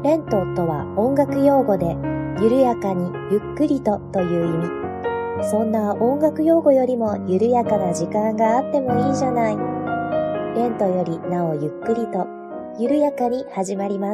レントとは音楽用語で、緩やかにゆっくりとという意味。そんな音楽用語よりも緩やかな時間があってもいいじゃない。レントよりなおゆっくりと、緩やかに始まります。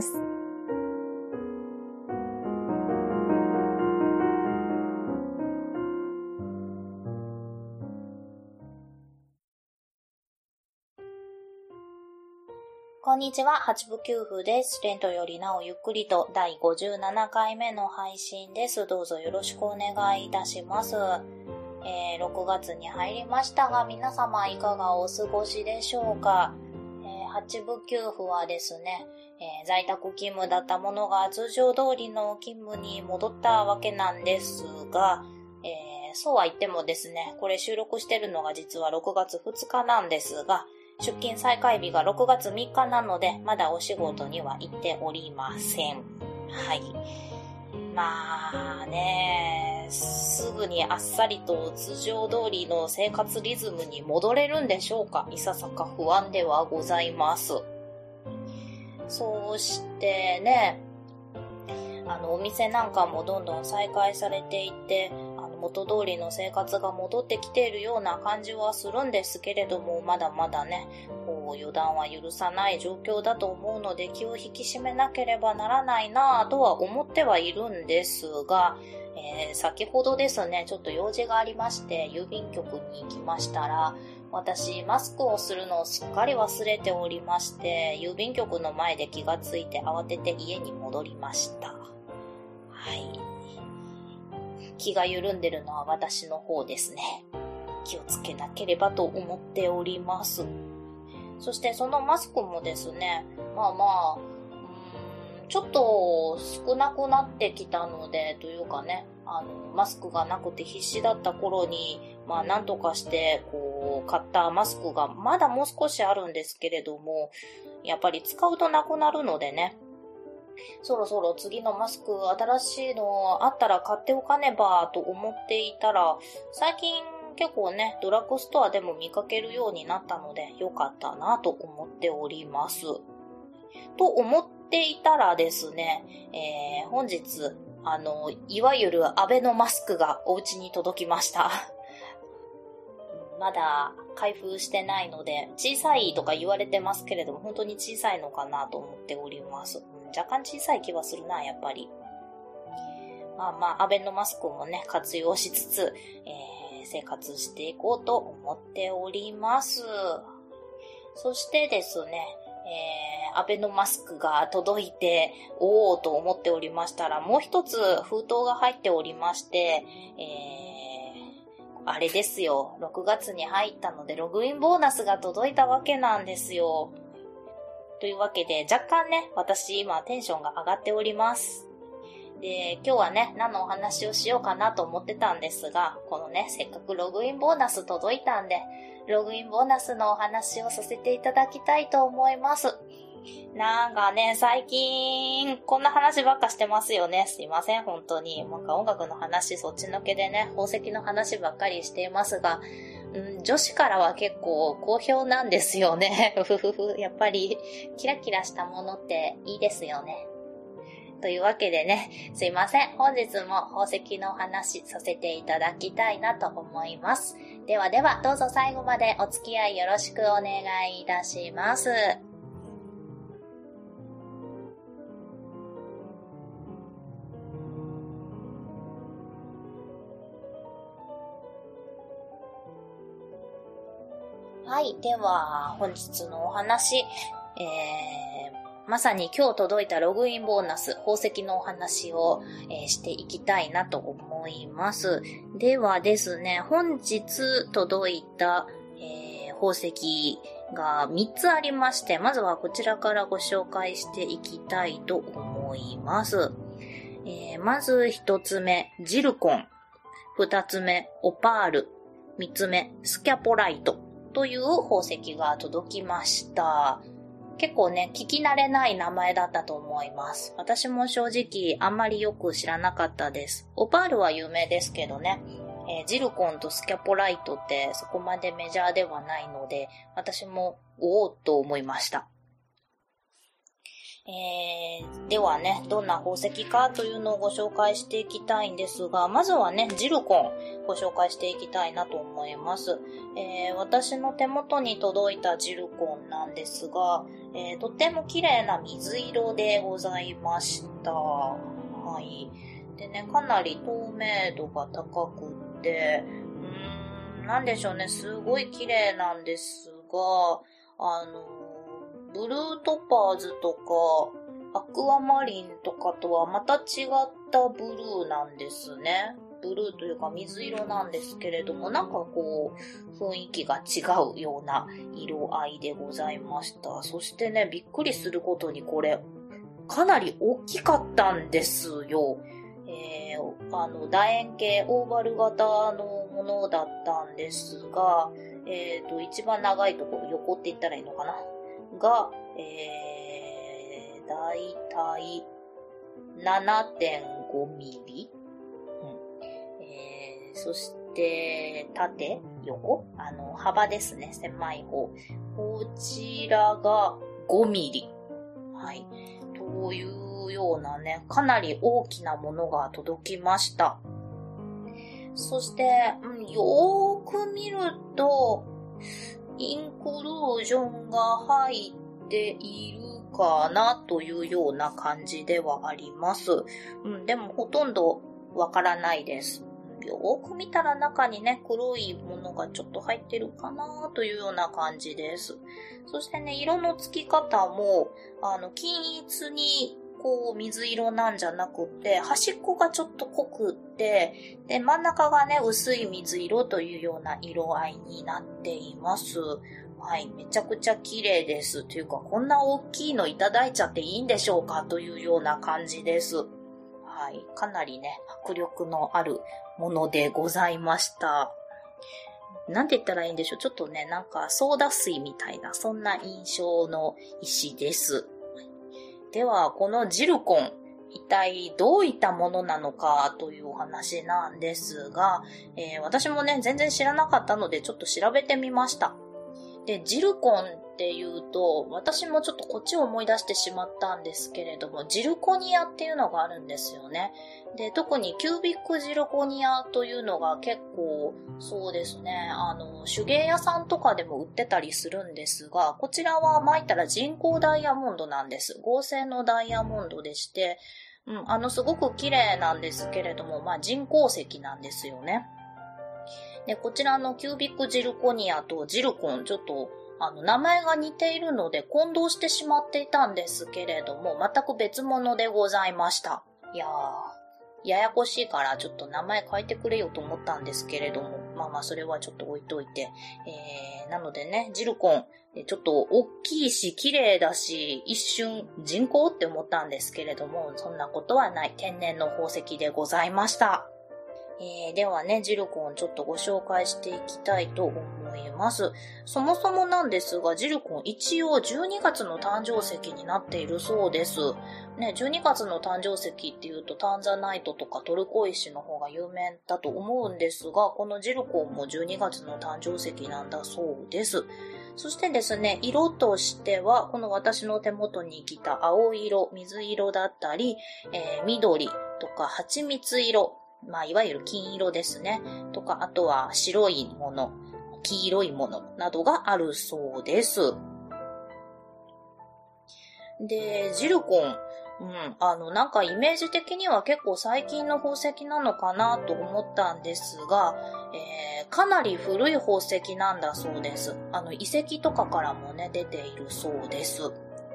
こんにちは、八部九夫です。レントよりなおゆっくりと第57回目の配信です。どうぞよろしくお願いいたします。6月に入りましたが、皆様いかがお過ごしでしょうか。八部九夫はですね、在宅勤務だったものが通常通りの勤務に戻ったわけなんですが、そうは言ってもですね、これ収録してるのが実は6月2日なんですが、出勤再開日が6月3日なので、まだお仕事には行っておりません。はい。まあね、すぐにあっさりと通常通りの生活リズムに戻れるんでしょうか。いささか不安ではございます。そうしてね、お店なんかもどんどん再開されていて、元通りの生活が戻ってきているような感じはするんですけれども、まだまだね、予断は許さない状況だと思うので、気を引き締めなければならないなぁとは思ってはいるんですが、先ほどですね、ちょっと用事がありまして、郵便局に行きましたら、私、マスクをするのをすっかり忘れておりまして、郵便局の前で気がついて慌てて家に戻りました。はい。気が緩んでるのは私の方ですね。気をつけなければと思っております。そしてそのマスクもですね、ちょっと少なくなってきたので、というかね、マスクがなくて必死だった頃に、なんとかして買ったマスクがまだもう少しあるんですけれども、やっぱり使うとなくなるのでね、そろそろ次のマスク新しいのあったら買っておかねばと思っていたら、最近結構ね、ドラッグストアでも見かけるようになったのでよかったなと思っております。と思っていたらですね、本日、いわゆるアベノマスクがお家に届きました。まだ開封してないので、小さいとか言われてますけれども、本当に小さいのかなと思っております。若干小さい気はするな、やっぱり。アベノマスクもね、活用しつつ、生活していこうと思っております。そしてですね、アベノマスクが届いて、おーと思っておりましたら、もう一つ封筒が入っておりまして、あれですよ、6月に入ったのでログインボーナスが届いたわけなんですよ。というわけで、若干ね、私今テンションが上がっております。で、今日はね、何のお話をしようかなと思ってたんですが、このね、せっかくログインボーナス届いたんで、ログインボーナスのお話をさせていただきたいと思います。なんかね、最近、こんな話ばっかしてますよね。すいません、本当に。音楽の話、そっちのけでね、宝石の話ばっかりしていますが、女子からは結構好評なんですよね。やっぱり、キラキラしたものっていいですよね。というわけでね、すいません。本日も宝石のお話させていただきたいなと思います。ではでは、どうぞ最後までお付き合いよろしくお願いいたします。はい。では、本日のお話、まさに今日届いたログインボーナス、宝石のお話を、していきたいなと思います。ではですね、本日届いた、宝石が3つありまして、まずはこちらからご紹介していきたいと思います。まず1つ目、ジルコン。2つ目、オパール。3つ目、スキャポライト。という宝石が届きました。結構ね、聞き慣れない名前だったと思います。私も正直あんまりよく知らなかったです。オパールは有名ですけどね、ジルコンとスキャポライトってそこまでメジャーではないので、私もおーっと思いました。 ではね、どんな宝石かというのをご紹介していきたいんですが、まずはね、ジルコンご紹介していきたいなと思います。私の手元に届いたジルコンなんですが、とっても綺麗な水色でございました。はい。でね、かなり透明度が高くって、なんでしょうね、すごい綺麗なんですが、ブルートパーズとかアクアマリンとかとはまた違ったブルーなんですね。ブルーというか水色なんですけれども、なんかこう雰囲気が違うような色合いでございました。そしてね、びっくりすることにこれかなり大きかったんですよ。楕円形オーバル型のものだったんですが、一番長いところ、横って言ったらいいのかなが、だいたい 7.5 ミリ、そして縦、横、幅ですね、狭い方。こちらが5ミリ。はい。というようなね、かなり大きなものが届きました。そして、よーく見ると、インクルージョンが入っているかなというような感じではあります。でもほとんどわからないです。よーく見たら中にね、黒いものがちょっと入ってるかなというような感じです。そしてね、色の付き方も、均一にこう水色なんじゃなくって、端っこがちょっと濃くって、で、真ん中がね、薄い水色というような色合いになっています。はい、めちゃくちゃ綺麗です。というか、こんな大きいのいただいちゃっていいんでしょうかというような感じです。はい、かなりね、迫力のあるものでございました。なんて言ったらいいんでしょう。ちょっとね、なんかソーダ水みたいな、そんな印象の石です。では、このジルコン、一体どういったものなのかというお話なんですが、私もね、全然知らなかったのでちょっと調べてみました。で、ジルコンっていうと、私もちょっとこっちを思い出してしまったんですけれども、ジルコニアっていうのがあるんですよね。で、特にキュービックジルコニアというのが結構、そうですね、手芸屋さんとかでも売ってたりするんですが、こちらは巻いたら人工ダイヤモンドなんです。合成のダイヤモンドでして、すごく綺麗なんですけれども、人工石なんですよね。で、こちらのキュービックジルコニアとジルコン、ちょっと、名前が似ているので混同してしまっていたんですけれども、全く別物でございました。いやー、ややこしいからちょっと名前変えてくれよと思ったんですけれども、それはちょっと置いといて。なのでね、ジルコン、ちょっと大きいし、綺麗だし、一瞬人工って思ったんですけれども、そんなことはない。天然の宝石でございました。ではね、ジルコンちょっとご紹介していきたいと思います。そもそもなんですが、ジルコン一応12月の誕生石になっているそうです。ね、12月の誕生石っていうとタンザナイトとかトルコ石の方が有名だと思うんですが、このジルコンも12月の誕生石なんだそうです。そしてですね、色としては、この私の手元に来た青色、水色だったり、緑とか蜂蜜色、いわゆる金色ですね。とか、あとは白いもの、黄色いものなどがあるそうです。で、ジルコン、なんかイメージ的には結構最近の宝石なのかなと思ったんですが、かなり古い宝石なんだそうです。遺跡とかからもね、出ているそうです。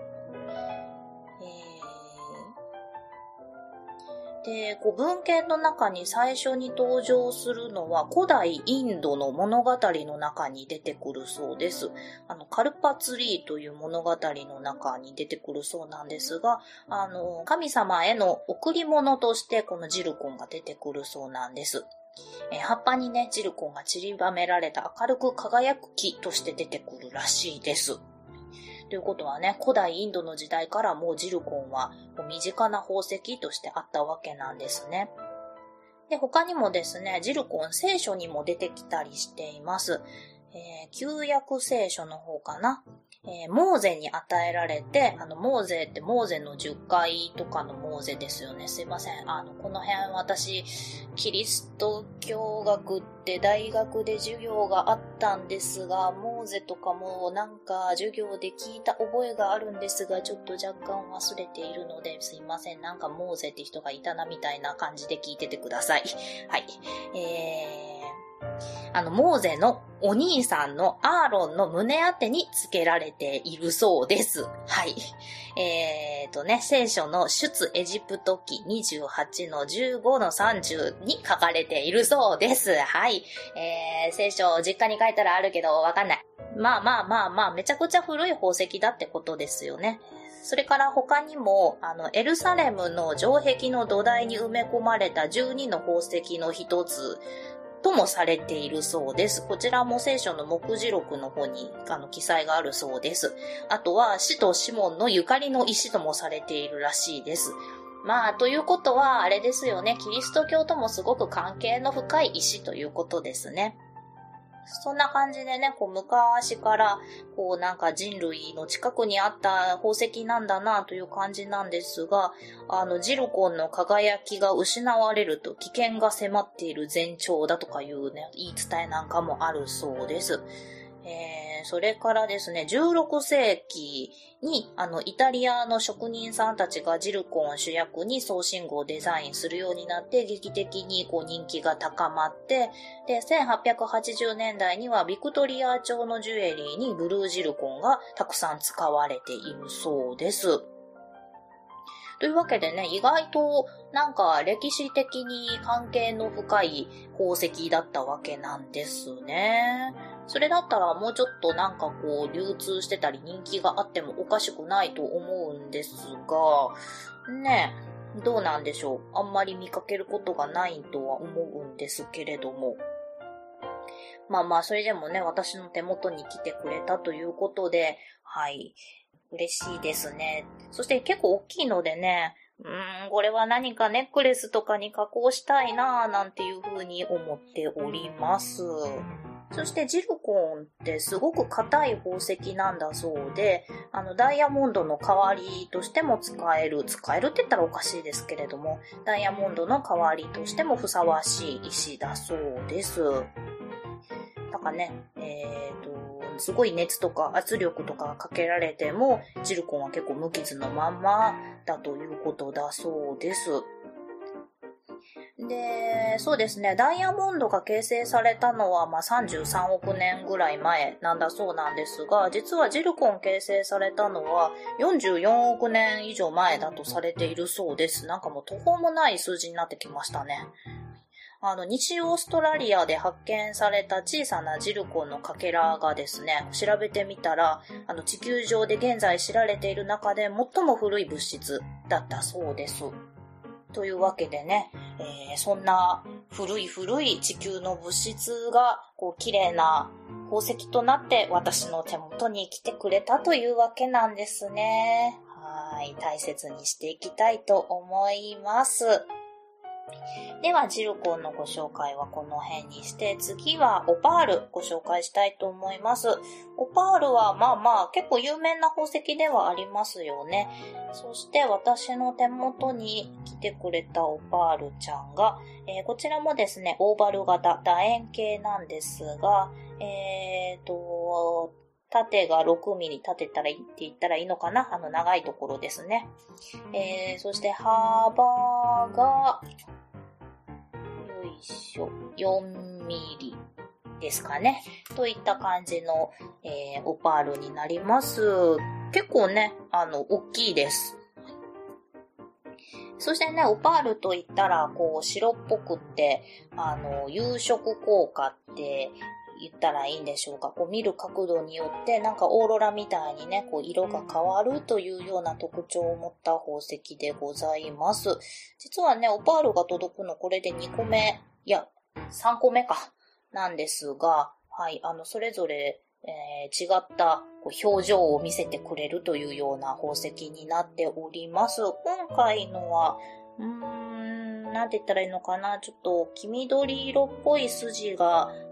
で、文献の中に最初に登場するのは古代インドの物語の中に出てくるそうです。カルパツリーという物語の中に出てくるそうなんですが、神様への贈り物としてこのジルコンが出てくるそうなんです。葉っぱにね、ジルコンが散りばめられた明るく輝く木として出てくるらしいです。ということはね、古代インドの時代からもうジルコンは身近な宝石としてあったわけなんですね。で、他にもですね、ジルコン聖書にも出てきたりしています。 旧約聖書の方かな。モーゼに与えられて、モーゼってモーゼの10回とかのモーゼですよね。すいません。この辺私、キリスト教学って大学で授業があったんですが、モーゼとかもなんか授業で聞いた覚えがあるんですが、ちょっと若干忘れているので、すいません。なんかモーゼって人がいたなみたいな感じで聞いててください。はい。モーゼのお兄さんのアーロンの胸当てに付けられているそうです。はい。聖書の出エジプト記28の15の30に書かれているそうです。はい。聖書実家に書いたらあるけどわかんない。まあ、めちゃくちゃ古い宝石だってことですよね。それから他にも、エルサレムの城壁の土台に埋め込まれた12の宝石の一つ、ともされているそうです。こちらも聖書の目次録の方に記載があるそうです。あとは使徒シモンのゆかりの石ともされているらしいです。まあということはあれですよね。キリスト教ともすごく関係の深い石ということですね。そんな感じでね、昔から、なんか人類の近くにあった宝石なんだなという感じなんですが、ジルコンの輝きが失われると危険が迫っている前兆だとかいうね、言い伝えなんかもあるそうです。それからですね、16世紀に、イタリアの職人さんたちがジルコン主役に装身具をデザインするようになって、劇的に人気が高まって、で、1880年代にはビクトリア朝のジュエリーにブルージルコンがたくさん使われているそうです。というわけでね、意外となんか歴史的に関係の深い宝石だったわけなんですね。それだったらもうちょっとなんか流通してたり人気があってもおかしくないと思うんですが、ね、どうなんでしょう。あんまり見かけることがないとは思うんですけれども。まあそれでもね、私の手元に来てくれたということで、はい。嬉しいですね。そして結構大きいのでね、これは何かネックレスとかに加工したいなぁなんていう風に思っております。そしてジルコンってすごく硬い宝石なんだそうで、ダイヤモンドの代わりとしても使えるって言ったらおかしいですけれども、ダイヤモンドの代わりとしてもふさわしい石だそうです。だからね、すごい熱とか圧力とかかけられても、ジルコンは結構無傷のまんまだということだそうです。で、そうですね、ダイヤモンドが形成されたのは33億年ぐらい前なんだそうなんですが、実はジルコン形成されたのは44億年以上前だとされているそうです。なんかもう途方もない数字になってきましたね。西オーストラリアで発見された小さなジルコンのかけらがですね、調べてみたら、地球上で現在知られている中で最も古い物質だったそうです。というわけでね、そんな古い地球の物質が綺麗な宝石となって私の手元に来てくれたというわけなんですね。はい、大切にしていきたいと思います。ではジルコンのご紹介はこの辺にして、次はオパールご紹介したいと思います。オパールはまあ結構有名な宝石ではありますよね。そして私の手元に来てくれたオパールちゃんが、こちらもですねオーバル型楕円形なんですが、縦が6ミリ立てたらいいって言ったらいいのかな、長いところですね。そして幅が4ミリですかね。といった感じの、オパールになります。結構ね、大きいです。そしてね、オパールといったら、白っぽくって、有色効果って言ったらいいんでしょうか。見る角度によって、なんかオーロラみたいにね、色が変わるというような特徴を持った宝石でございます。実はね、オパールが届くのこれで2個目、いや、3個目か、なんですが、はい、それぞれ、違った表情を見せてくれるというような宝石になっております。今回のは、なんて言ったらいいのかな、ちょっと黄緑色っぽい筋が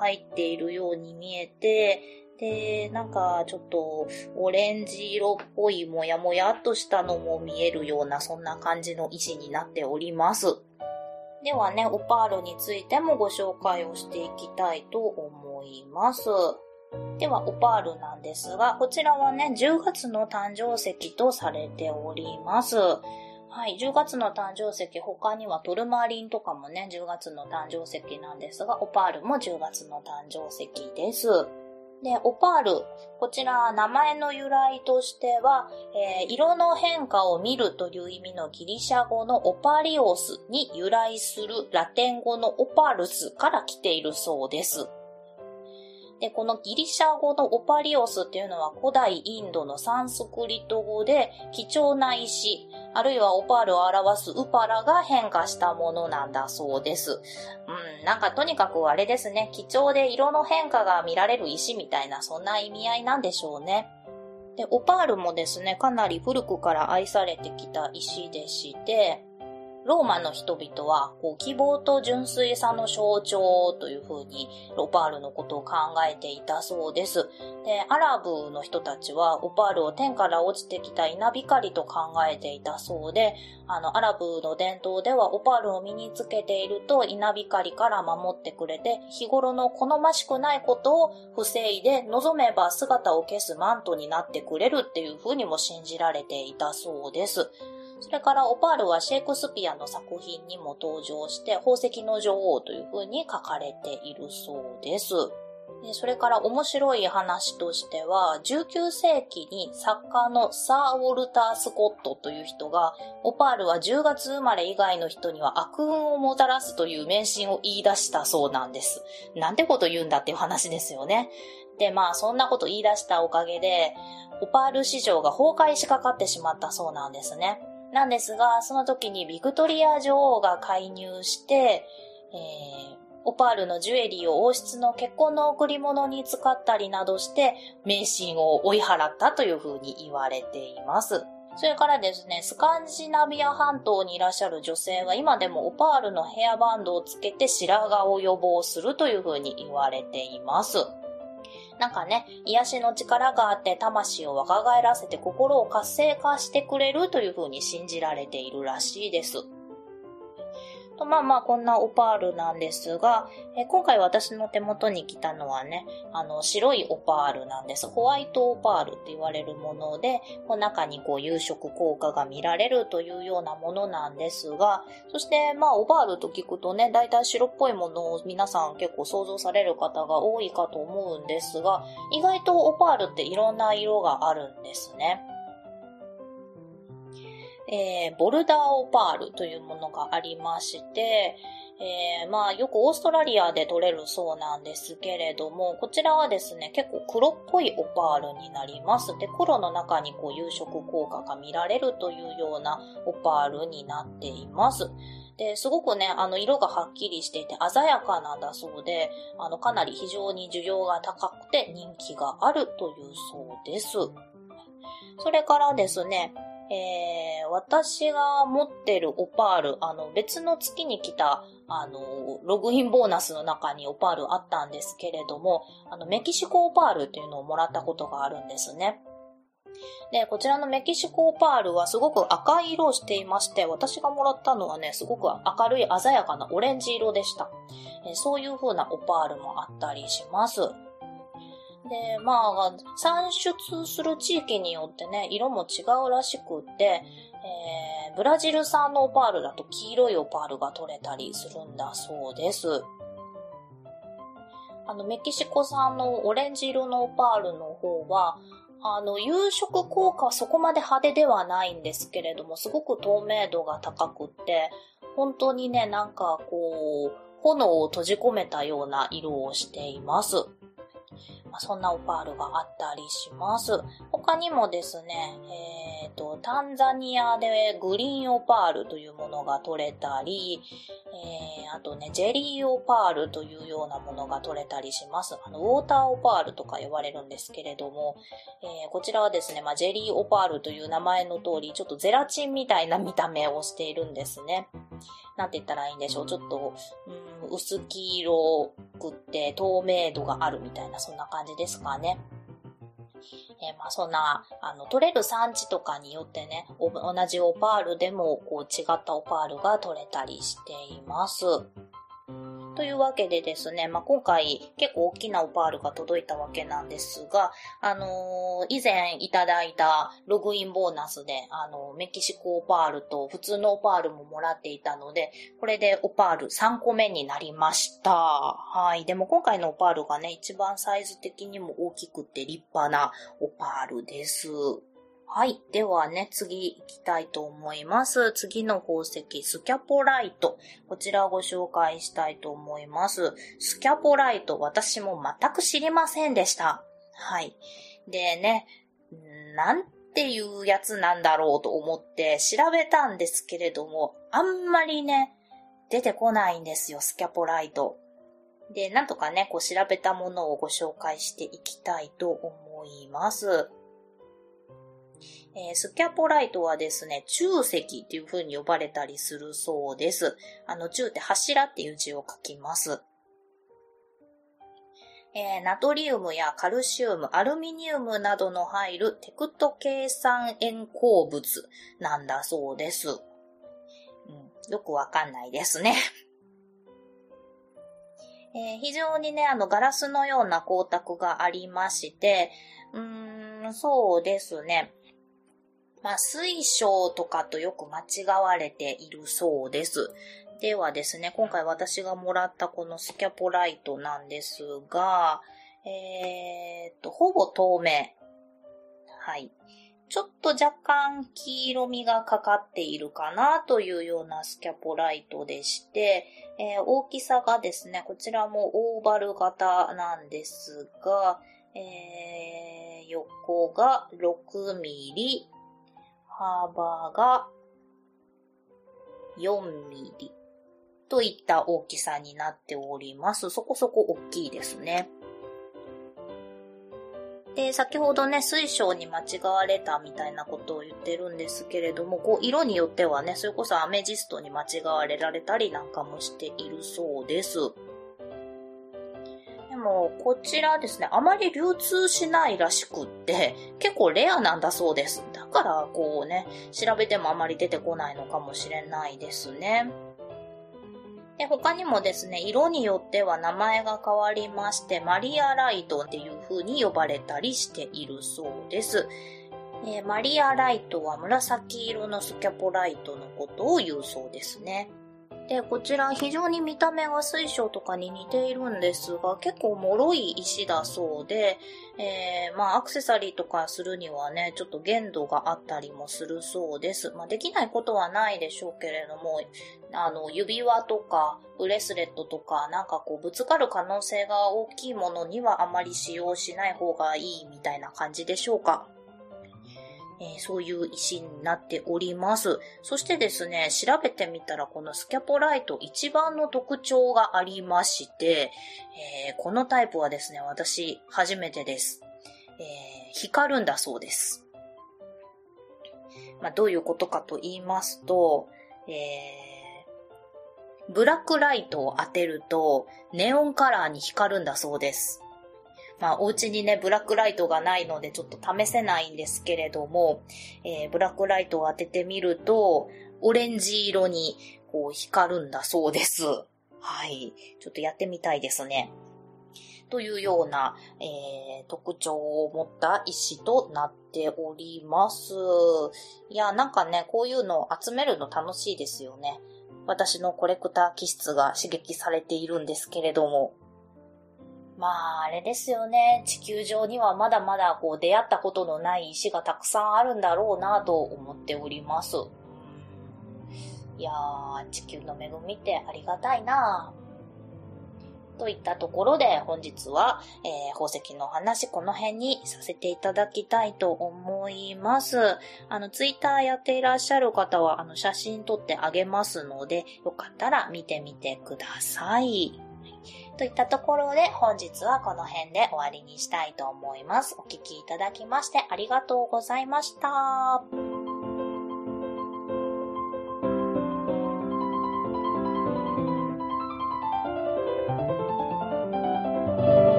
入っているように見えて、で、なんかちょっとオレンジ色っぽいもやもやっとしたのも見えるような、そんな感じの石になっております。ではね、オパールについてもご紹介をしていきたいと思います。では、オパールなんですが、こちらはね、10月の誕生石とされております。はい、10月の誕生石、他にはトルマリンとかもね、10月の誕生石なんですが、オパールも10月の誕生石です。で、オパール、こちら名前の由来としては、色の変化を見るという意味のギリシャ語のオパリオスに由来するラテン語のオパルスから来ているそうです。で、このギリシャ語のオパリオスっていうのは古代インドのサンスクリット語で貴重な石、あるいはオパールを表すウパラが変化したものなんだそうです。なんかとにかくあれですね、貴重で色の変化が見られる石みたいなそんな意味合いなんでしょうね。で、オパールもですね、かなり古くから愛されてきた石でして、ローマの人々は希望と純粋さの象徴というふうにオパールのことを考えていたそうです。で、アラブの人たちはオパールを天から落ちてきた稲光と考えていたそうで、アラブの伝統ではオパールを身につけていると稲光から守ってくれて、日頃の好ましくないことを防いで望めば姿を消すマントになってくれるっていうふうにも信じられていたそうです。それからオパールはシェイクスピアの作品にも登場して宝石の女王という風に書かれているそうです。それから面白い話としては19世紀に作家のサー・ウォルター・スコットという人がオパールは10月生まれ以外の人には悪運をもたらすという迷信を言い出したそうなんです。なんてこと言うんだっていう話ですよね。で、そんなこと言い出したおかげでオパール市場が崩壊しかかってしまったそうなんですね。なんですが、その時にビクトリア女王が介入して、オパールのジュエリーを王室の結婚の贈り物に使ったりなどして迷信を追い払ったというふうに言われています。それからですね、スカンジナビア半島にいらっしゃる女性は今でもオパールのヘアバンドをつけて白髪を予防するというふうに言われています。なんかね、癒しの力があって魂を若返らせて心を活性化してくれるというふうに信じられているらしいです。とこんなオパールなんですが、今回私の手元に来たのはね、白いオパールなんです。ホワイトオパールって言われるもので、中に有色効果が見られるというようなものなんですが、そしてオパールと聞くとね、だいたい白っぽいものを皆さん結構想像される方が多いかと思うんですが、意外とオパールっていろんな色があるんですね。ボルダーオパールというものがありまして、よくオーストラリアで取れるそうなんですけれども、こちらはですね、結構黒っぽいオパールになります。で、黒の中に有色効果が見られるというようなオパールになっています。で、すごくね、色がはっきりしていて鮮やかなんだそうで、かなり非常に需要が高くて人気があるというそうです。それからですね、私が持ってるオパール、別の月に来た、ログインボーナスの中にオパールあったんですけれども、メキシコオパールっていうのをもらったことがあるんですね。で、こちらのメキシコオパールはすごく赤い色をしていまして、私がもらったのはね、すごく明るい鮮やかなオレンジ色でした。そういう風なオパールもあったりします。で、産出する地域によってね、色も違うらしくって、ブラジル産のオパールだと黄色いオパールが取れたりするんだそうです。メキシコ産のオレンジ色のオパールの方は、有色効果はそこまで派手ではないんですけれども、すごく透明度が高くって、本当にね、炎を閉じ込めたような色をしています。そんなオパールがあったりします。他にもですね、タンザニアでグリーンオパールというものが取れたり、あとね、ジェリーオパールというようなものが取れたりします。ウォーターオパールとか呼ばれるんですけれども、こちらはですね、ジェリーオパールという名前の通り、ちょっとゼラチンみたいな見た目をしているんですね。なんて言ったらいいんでしょう。ちょっと、薄黄色くって透明度があるみたいな、そんな感じですかね。そんな、取れる産地とかによってね、同じオパールでも、違ったオパールが取れたりしています。というわけでですね、今回結構大きなオパールが届いたわけなんですが、以前いただいたログインボーナスで、メキシコオパールと普通のオパールももらっていたので、これでオパール3個目になりました。はい。でも今回のオパールがね、一番サイズ的にも大きくて立派なオパールです。はい。ではね、次行きたいと思います。次の宝石、スキャポライト。こちらをご紹介したいと思います。スキャポライト、私も全く知りませんでした。はい。でね、なんていうやつなんだろうと思って調べたんですけれども、あんまりね、出てこないんですよ、スキャポライト。で、なんとかね、調べたものをご紹介していきたいと思います。スキャポライトはですね、柱石っていう風に呼ばれたりするそうです。柱って柱っていう字を書きます。ナトリウムやカルシウム、アルミニウムなどの入るテクト計算塩鉱物なんだそうです。よくわかんないですね。非常にね、ガラスのような光沢がありまして、そうですね。水晶とかとよく間違われているそうです。ではですね、今回私がもらったこのスキャポライトなんですが、ほぼ透明。はい。ちょっと若干黄色みがかかっているかなというようなスキャポライトでして、大きさがですね、こちらもオーバル型なんですが、横が6ミリ、幅が4ミリといった大きさになっております。そこそこ大きいですね。で、先ほどね、水晶に間違われたみたいなことを言ってるんですけれども、色によってはね、それこそアメジストに間違われられたりなんかもしているそうです。でも、こちらですね、あまり流通しないらしくって、結構レアなんだそうです。だから、調べてもあまり出てこないのかもしれないですね。で、他にもですね、色によっては名前が変わりまして、マリアライトっていう風に呼ばれたりしているそうです。マリアライトは紫色のスキャポライトのことを言うそうですね。で、こちら非常に見た目が水晶とかに似ているんですが、結構脆い石だそうで、アクセサリーとかするにはね、ちょっと限度があったりもするそうです。できないことはないでしょうけれども、指輪とかブレスレットとか、ぶつかる可能性が大きいものにはあまり使用しない方がいいみたいな感じでしょうか。そういう石になっております。そしてですね、調べてみたらこのスキャポライト一番の特徴がありまして、このタイプはですね、私初めてです。光るんだそうです。どういうことかと言いますと、ブラックライトを当てるとネオンカラーに光るんだそうです。お家にね、ブラックライトがないのでちょっと試せないんですけれども、ブラックライトを当ててみると、オレンジ色に光るんだそうです。はい。ちょっとやってみたいですね。というような、特徴を持った石となっております。いや、こういうのを集めるの楽しいですよね。私のコレクター気質が刺激されているんですけれども。あれですよね。地球上にはまだまだ出会ったことのない石がたくさんあるんだろうなと思っております。いやー、地球の恵みってありがたいなといったところで本日は、宝石のお話この辺にさせていただきたいと思います。ツイッターやっていらっしゃる方は写真撮ってあげますので、よかったら見てみてください。といったところで本日はこの辺で終わりにしたいと思います。お聞きいただきましてありがとうございました。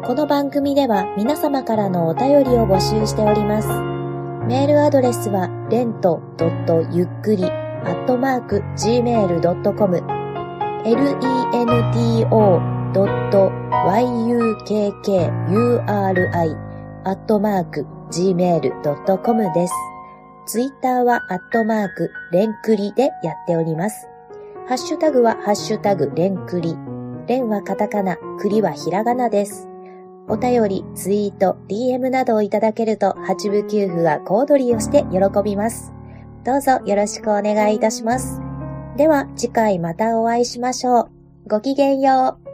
この番組では皆様からのお便りを募集しております。メールアドレスはlento.yukkuri@gmail.com lento.yukkuri@gmail.com です。ツイッターはレンクリでやっております。ハッシュタグはハッシュタグレンクリ。レンはカタカナ、クリはひらがなです。お便り、ツイート、DM などをいただけると八部九夫が小躍りをして喜びます。どうぞよろしくお願いいたします。では次回またお会いしましょう。ごきげんよう。